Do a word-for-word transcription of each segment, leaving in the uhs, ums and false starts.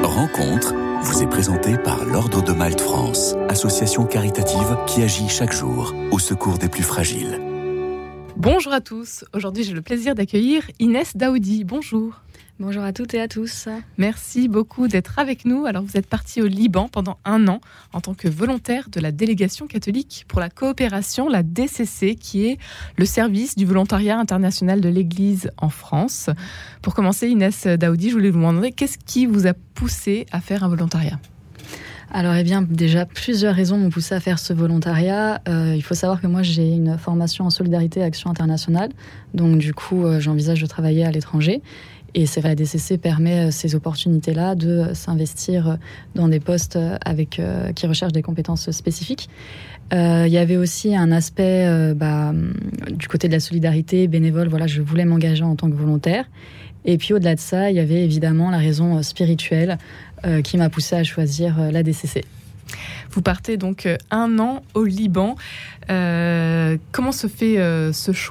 Rencontre vous est présentée par l'Ordre de Malte France, association caritative qui agit chaque jour au secours des plus fragiles. Bonjour à tous, aujourd'hui j'ai le plaisir d'accueillir Inès Daoudi. Bonjour. Bonjour à toutes et à tous. Merci beaucoup d'être avec nous. Alors vous êtes partie au Liban pendant un an en tant que volontaire de la délégation catholique pour la coopération, la D C C, qui est le service du volontariat international de l'Église en France. Pour commencer, Inès Daoudi, je voulais vous demander qu'est-ce qui vous a poussé à faire un volontariat ? Alors, eh bien, déjà, plusieurs raisons m'ont poussé à faire ce volontariat. Euh, il faut savoir que moi, j'ai une formation en solidarité et action internationale. Donc, du coup, euh, j'envisage de travailler à l'étranger. Et c'est vrai, la D C C permet ces opportunités-là de s'investir dans des postes avec, euh, qui recherchent des compétences spécifiques. Euh, il y avait aussi un aspect euh, bah, du côté de la solidarité bénévole. Voilà, je voulais m'engager en tant que volontaire. Et puis, au-delà de ça, il y avait évidemment la raison spirituelle euh, qui m'a poussée à choisir euh, la D C C. Vous partez donc un an au Liban. Euh, comment se fait euh, ce choix ?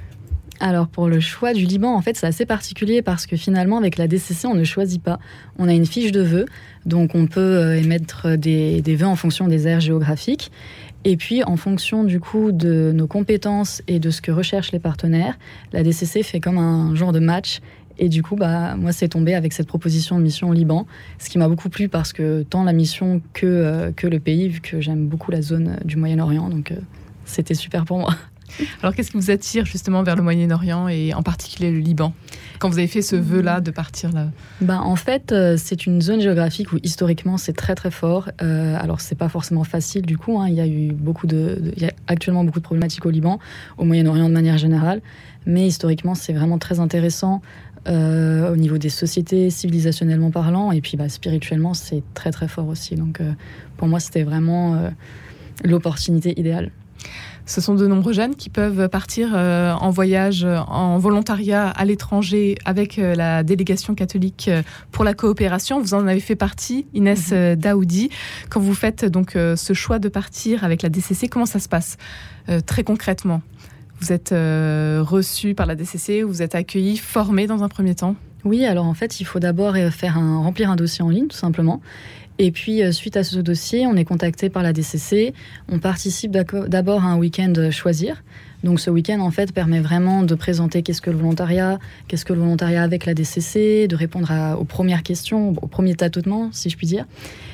Alors pour le choix du Liban, en fait, c'est assez particulier parce que finalement, avec la D C C, on ne choisit pas. On a une fiche de vœux, donc on peut émettre des, des vœux en fonction des aires géographiques. Et puis, en fonction du coup de nos compétences et de ce que recherchent les partenaires, la D C C fait comme un genre de match. Et du coup, bah, moi, c'est tombé avec cette proposition de mission au Liban, ce qui m'a beaucoup plu parce que tant la mission que, euh, que le pays, vu que j'aime beaucoup la zone du Moyen-Orient, donc euh, c'était super pour moi. Alors, qu'est-ce qui vous attire justement vers le Moyen-Orient et en particulier le Liban, quand vous avez fait ce vœu-là de partir là ? Ben, en fait, euh, c'est une zone géographique où historiquement c'est très très fort. Euh, alors, c'est pas forcément facile du coup. Hein. Il y a eu beaucoup de, de, il y a actuellement beaucoup de problématiques au Liban, au Moyen-Orient de manière générale, mais historiquement c'est vraiment très intéressant euh, au niveau des sociétés, civilisationnellement parlant, et puis bah, spirituellement c'est très très fort aussi. Donc, euh, pour moi, c'était vraiment euh, l'opportunité idéale. Ce sont de nombreux jeunes qui peuvent partir euh, en voyage, en volontariat à l'étranger avec euh, la délégation catholique pour la coopération. Vous en avez fait partie, Inès mmh. Daoudi. Quand vous faites donc euh, ce choix de partir avec la D C C, comment ça se passe euh, très concrètement ? Vous êtes euh, reçu par la D C C, vous êtes accueilli, formé dans un premier temps ? Oui, alors en fait, il faut d'abord faire un, remplir un dossier en ligne, tout simplement. Et puis, suite à ce dossier, on est contacté par la D C C. On participe d'abord à un week-end choisir. Donc, ce week-end, en fait, permet vraiment de présenter qu'est-ce que le volontariat, qu'est-ce que le volontariat avec la D C C, de répondre à, aux premières questions, aux premiers tâtonnements, si je puis dire.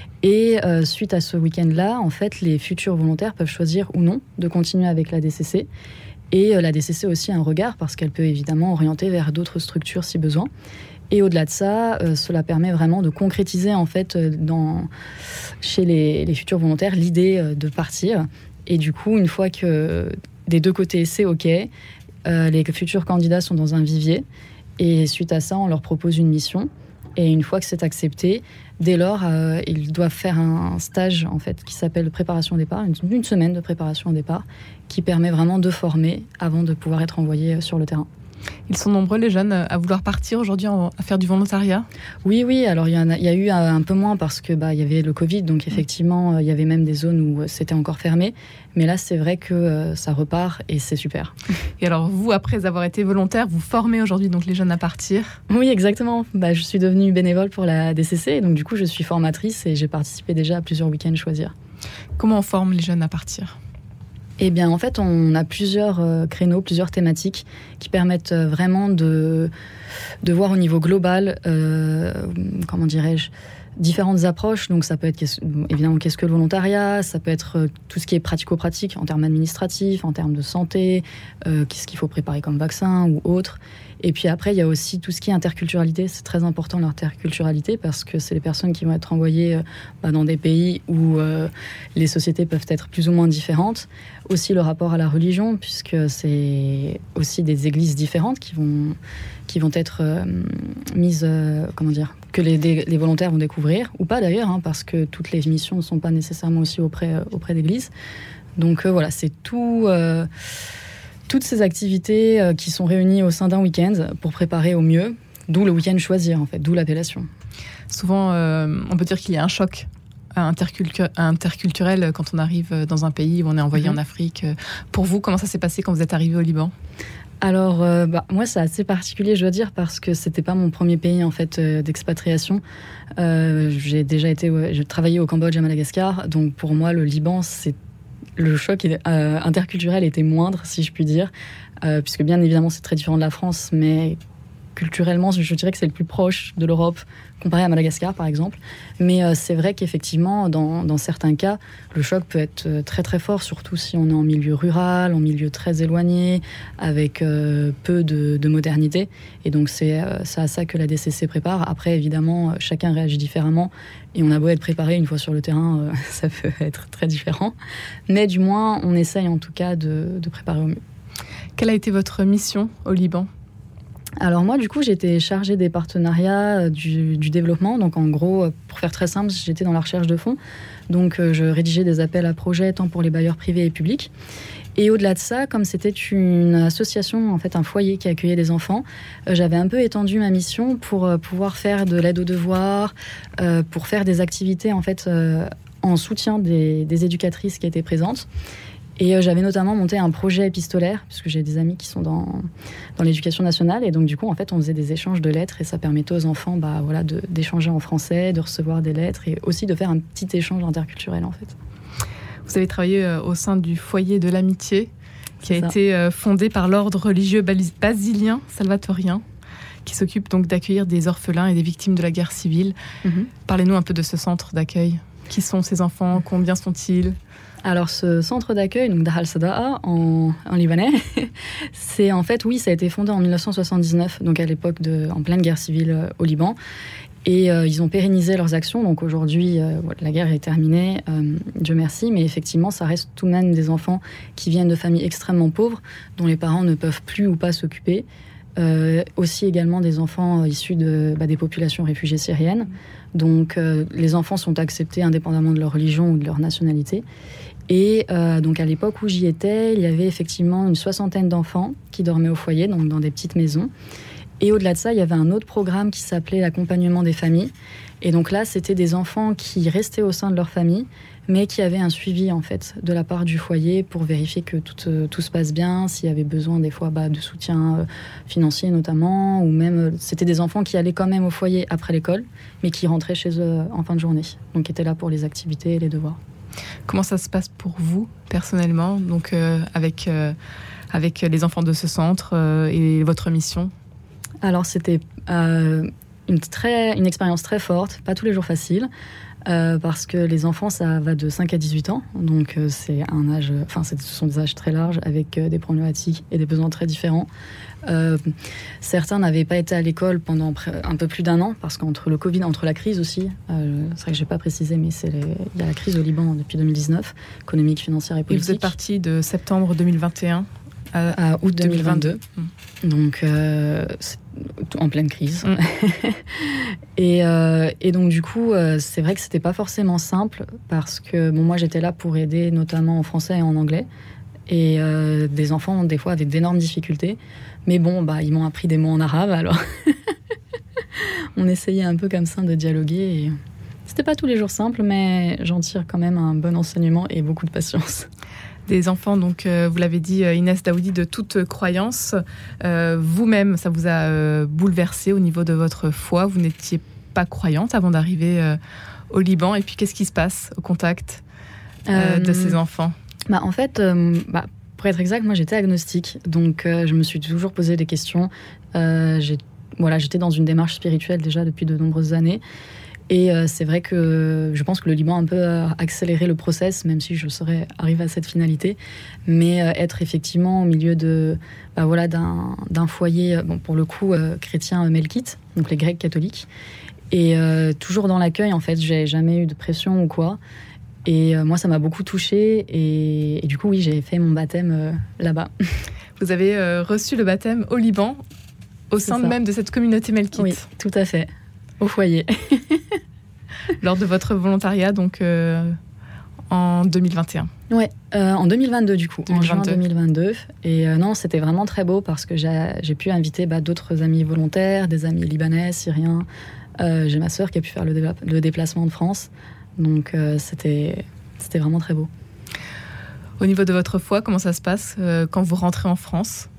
Et euh, suite à ce week-end-là, en fait, les futurs volontaires peuvent choisir ou non de continuer avec la D C C. Et euh, la D C C a aussi un regard parce qu'elle peut évidemment orienter vers d'autres structures si besoin. Et au-delà de ça, euh, cela permet vraiment de concrétiser en fait dans, chez les, les futurs volontaires l'idée euh, de partir. Et du coup, une fois que des deux côtés c'est OK, euh, les futurs candidats sont dans un vivier. Et suite à ça, on leur propose une mission. Et une fois que c'est accepté, dès lors, euh, ils doivent faire un stage en fait qui s'appelle préparation au départ, une, une semaine de préparation au départ, qui permet vraiment de former avant de pouvoir être envoyés sur le terrain. Ils sont nombreux, les jeunes, à vouloir partir aujourd'hui à faire du volontariat ? Oui, oui. Alors, il y, en a, il y a eu un peu moins parce que bah, il y avait le Covid. Donc, effectivement, il y avait même des zones où c'était encore fermé. Mais là, c'est vrai que euh, ça repart et c'est super. Et alors, vous, après avoir été volontaire, vous formez aujourd'hui donc les jeunes à partir ? Oui, exactement. Bah, je suis devenue bénévole pour la D C C. Donc, du coup, je suis formatrice et j'ai participé déjà à plusieurs week-ends choisir. Comment on forme les jeunes à partir ? Eh bien, en fait, on a plusieurs euh, créneaux, plusieurs thématiques qui permettent euh, vraiment de, de voir au niveau global, euh, comment dirais-je, différentes approches. Donc, ça peut être évidemment qu'est-ce que le volontariat, ça peut être euh, tout ce qui est pratico-pratique en termes administratifs, en termes de santé, euh, qu'est-ce qu'il faut préparer comme vaccin ou autre. Et puis après, il y a aussi tout ce qui est interculturalité. C'est très important l'interculturalité parce que c'est les personnes qui vont être envoyées euh, bah, dans des pays où euh, les sociétés peuvent être plus ou moins différentes. Aussi le rapport à la religion, puisque c'est aussi des églises différentes qui vont, qui vont être euh, mises, euh, comment dire, que les, les volontaires vont découvrir, ou pas d'ailleurs, hein, parce que toutes les missions ne sont pas nécessairement aussi auprès, euh, auprès d'églises. Donc euh, voilà, c'est tout... Euh, toutes ces activités euh, qui sont réunies au sein d'un week-end pour préparer au mieux, d'où le week-end choisir, en fait, d'où l'appellation. Souvent, euh, on peut dire qu'il y a un choc intercultu- interculturel quand on arrive dans un pays où on est envoyé mmh. en Afrique. Pour vous, comment ça s'est passé quand vous êtes arrivé au Liban ? Alors, euh, bah, moi, c'est assez particulier, je dois dire, parce que c'était pas mon premier pays en fait euh, d'expatriation. Euh, j'ai déjà été, ouais, j'ai travaillé au Cambodge et à Madagascar, donc pour moi, le Liban, c'est le choc euh, interculturel était moindre, si je puis dire, euh, puisque bien évidemment, c'est très différent de la France, mais culturellement, je dirais que c'est le plus proche de l'Europe comparé à Madagascar, par exemple. Mais euh, c'est vrai qu'effectivement, dans, dans certains cas, le choc peut être très très fort, surtout si on est en milieu rural, en milieu très éloigné, avec euh, peu de, de modernité. Et donc, c'est, euh, c'est à ça que la D C C prépare. Après, évidemment, chacun réagit différemment. Et on a beau être préparé une fois sur le terrain, euh, ça peut être très différent. Mais du moins, on essaye en tout cas de, de préparer au mieux. Quelle a été votre mission au Liban ? Alors moi, du coup, j'étais chargée des partenariats, du, du développement. Donc en gros, pour faire très simple, j'étais dans la recherche de fonds. Donc euh, je rédigeais des appels à projets, tant pour les bailleurs privés et publics. Et au-delà de ça, comme c'était une association, en fait un foyer qui accueillait des enfants, euh, j'avais un peu étendu ma mission pour euh, pouvoir faire de l'aide aux devoirs, euh, pour faire des activités en fait euh, en soutien des, des éducatrices qui étaient présentes. Et euh, j'avais notamment monté un projet épistolaire, puisque j'ai des amis qui sont dans, dans l'éducation nationale. Et donc, du coup, en fait, on faisait des échanges de lettres et ça permettait aux enfants bah, voilà, de, d'échanger en français, de recevoir des lettres et aussi de faire un petit échange interculturel, en fait. Vous avez travaillé euh, au sein du foyer de l'amitié, qui C'est a ça. été euh, fondé par l'ordre religieux basilien salvatorien, qui s'occupe donc d'accueillir des orphelins et des victimes de la guerre civile. Mm-hmm. Parlez-nous un peu de ce centre d'accueil. Qui sont ces enfants ? Combien sont-ils ? Alors, ce centre d'accueil, donc Dar al-Sada'a, en, en libanais, c'est en fait, oui, ça a été fondé en dix-neuf cent soixante-dix-neuf, donc à l'époque de, en pleine guerre civile euh, au Liban. Et euh, ils ont pérennisé leurs actions. Donc aujourd'hui, euh, voilà, la guerre est terminée, euh, Dieu merci, mais effectivement, ça reste tout de même des enfants qui viennent de familles extrêmement pauvres, dont les parents ne peuvent plus ou pas s'occuper. Euh, aussi également des enfants euh, issus de, bah, des populations réfugiées syriennes. Donc euh, les enfants sont acceptés indépendamment de leur religion ou de leur nationalité. Et euh, donc à l'époque où j'y étais, il y avait effectivement une soixantaine d'enfants qui dormaient au foyer, donc dans des petites maisons. Et au-delà de ça, il y avait un autre programme qui s'appelait l'accompagnement des familles. Et donc là, c'était des enfants qui restaient au sein de leur famille, mais qui avaient un suivi en fait de la part du foyer pour vérifier que tout, euh, tout se passe bien, s'il y avait besoin des fois bah, de soutien euh, financier notamment, ou même euh, c'était des enfants qui allaient quand même au foyer après l'école, mais qui rentraient chez eux euh, en fin de journée, donc qui étaient là pour les activités et les devoirs. Comment ça se passe pour vous, personnellement, donc, euh, avec, euh, avec les enfants de ce centre euh, et votre mission ? Alors, c'était euh, une, très, une expérience très forte, pas tous les jours facile, euh, parce que les enfants, ça va de cinq à dix-huit ans, donc euh, c'est un âge, enfin, ce sont des âges très larges, avec euh, des problématiques et des besoins très différents. Euh, certains n'avaient pas été à l'école pendant un peu plus d'un an, parce qu'entre le Covid, entre la crise aussi, euh, c'est vrai que je n'ai pas précisé, mais c'est les, il y a la crise au Liban depuis deux mille dix-neuf, économique, financière et politique. Et vous êtes parti de septembre deux mille vingt et un à, à août deux mille vingt-deux. Mmh. Donc, euh, c'est en pleine crise. Mmh. et, euh, et donc, du coup, euh, c'est vrai que c'était pas forcément simple, parce que bon, moi, j'étais là pour aider notamment en français et en anglais. Et euh, des enfants, des fois, avaient d'énormes difficultés. Mais bon, bah, ils m'ont appris des mots en arabe, alors on essayait un peu comme ça de dialoguer. Et c'était pas tous les jours simple, mais j'en tire quand même un bon enseignement et beaucoup de patience. Des enfants, donc, euh, vous l'avez dit, Inès Daoudi, de toute croyance. Euh, vous-même, ça vous a euh, bouleversé au niveau de votre foi. Vous n'étiez pas croyante avant d'arriver euh, au Liban. Et puis, qu'est-ce qui se passe au contact euh, euh, de ces enfants ? Bah, en fait, euh, bah, pour être exact, moi j'étais agnostique, donc euh, je me suis toujours posé des questions. Euh, j'ai, voilà, j'étais dans une démarche spirituelle déjà depuis de nombreuses années, et euh, c'est vrai que je pense que le Liban a un peu accéléré le process, même si je serais arrivée à cette finalité. Mais euh, être effectivement au milieu de, bah, voilà, d'un, d'un foyer, bon, pour le coup euh, chrétien melkite, donc les Grecs catholiques, et euh, toujours dans l'accueil en fait, j'ai jamais eu de pression ou quoi. Et euh, moi, ça m'a beaucoup touchée. Et, et du coup, oui, j'ai fait mon baptême euh, là-bas. Vous avez euh, reçu le baptême au Liban, au sein même de cette communauté melkite. Oui, tout à fait. Au foyer. Lors de votre volontariat, donc euh, en deux mille vingt et un. Oui, euh, en deux mille vingt-deux, du coup. deux mille vingt-deux. En juin deux mille vingt-deux. Et euh, non, c'était vraiment très beau parce que j'ai, j'ai pu inviter bah, d'autres amis volontaires, des amis libanais, syriens. Euh, j'ai ma sœur qui a pu faire le, dé- le déplacement de France. Donc euh, c'était, c'était vraiment très beau. Au niveau de votre foi, comment ça se passe euh, quand vous rentrez en France ?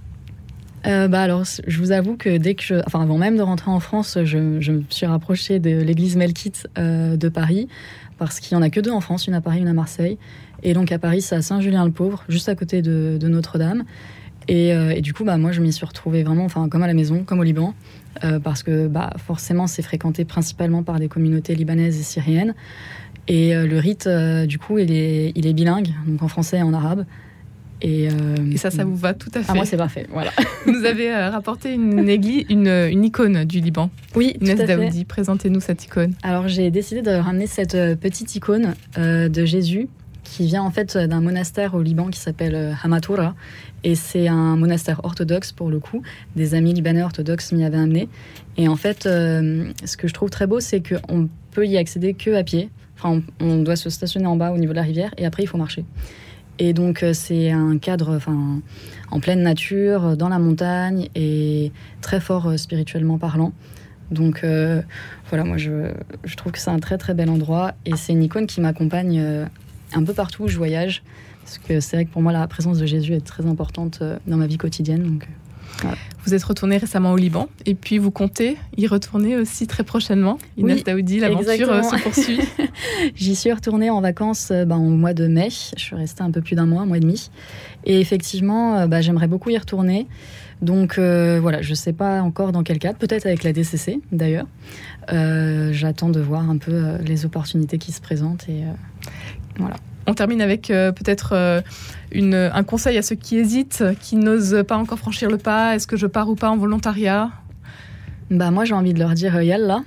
euh, bah alors, je vous avoue que dès que je, enfin avant même de rentrer en France, je, je me suis rapprochée de l'église Melkite euh, de Paris, parce qu'il y en a que deux en France, une à Paris, une à Marseille. Et donc à Paris, c'est à Saint-Julien-le-Pauvre, juste à côté de, de Notre-Dame. Et, euh, et du coup, bah moi, je m'y suis retrouvée vraiment, enfin comme à la maison, comme au Liban, euh, parce que bah forcément, c'est fréquenté principalement par des communautés libanaises et syriennes. Et euh, le rite, euh, du coup, il est, il est bilingue, donc en français et en arabe. Et, euh, et ça, ça vous va tout à fait. Ah, moi, c'est parfait, voilà. Vous nous avez euh, rapporté une, église, une, une icône du Liban. Oui, Inès tout à Daoudi, fait. présentez-nous cette icône. Alors, j'ai décidé de ramener cette petite icône euh, de Jésus qui vient en fait d'un monastère au Liban qui s'appelle euh, Hamatoura. Et c'est un monastère orthodoxe, pour le coup. Des amis libanais orthodoxes m'y avaient amené. Et en fait, euh, ce que je trouve très beau, c'est qu'on peut y accéder que à pied. Enfin, on, on doit se stationner en bas au niveau de la rivière et après, il faut marcher. Et donc, c'est un cadre enfin, en pleine nature, dans la montagne et très fort euh, spirituellement parlant. Donc, euh, voilà, moi, je, je trouve que c'est un très, très bel endroit. Et c'est une icône qui m'accompagne euh, un peu partout où je voyage. Parce que c'est vrai que pour moi, la présence de Jésus est très importante euh, dans ma vie quotidienne. Donc, euh, voilà. Vous êtes retourné récemment au Liban et puis vous comptez y retourner aussi très prochainement. Inès oui, Daoudi, l'aventure exactement. se poursuit. J'y suis retournée en vacances ben, au mois de mai. Je suis restée un peu plus d'un mois, un mois et demi. Et effectivement, ben, j'aimerais beaucoup y retourner. Donc euh, voilà, je ne sais pas encore dans quel cadre, peut-être avec la D C C d'ailleurs. Euh, j'attends de voir un peu euh, les opportunités qui se présentent et euh, voilà. On termine avec euh, peut-être euh, une, un conseil à ceux qui hésitent, qui n'osent pas encore franchir le pas. Est-ce que je pars ou pas en volontariat ? Bah moi j'ai envie de leur dire euh, yallah,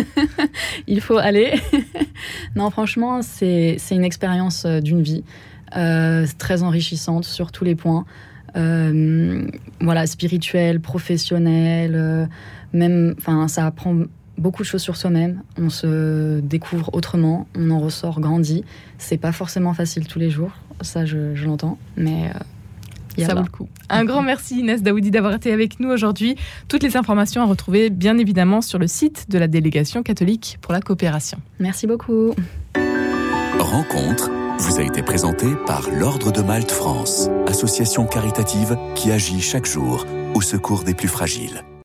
il faut aller. Non franchement c'est, c'est une expérience euh, d'une vie, euh, très enrichissante sur tous les points. Euh, voilà, spirituelle, professionnelle, euh, même, enfin ça apprend beaucoup de choses sur soi-même, on se découvre autrement, on en ressort grandi. C'est pas forcément facile tous les jours, ça je, je l'entends, mais euh, ça vaut le coup. Un grand merci Inès Daoudi d'avoir été avec nous aujourd'hui. Toutes les informations à retrouver bien évidemment sur le site de la Délégation catholique pour la coopération. Merci beaucoup. Rencontre vous a été présentée par l'Ordre de Malte France, association caritative qui agit chaque jour au secours des plus fragiles.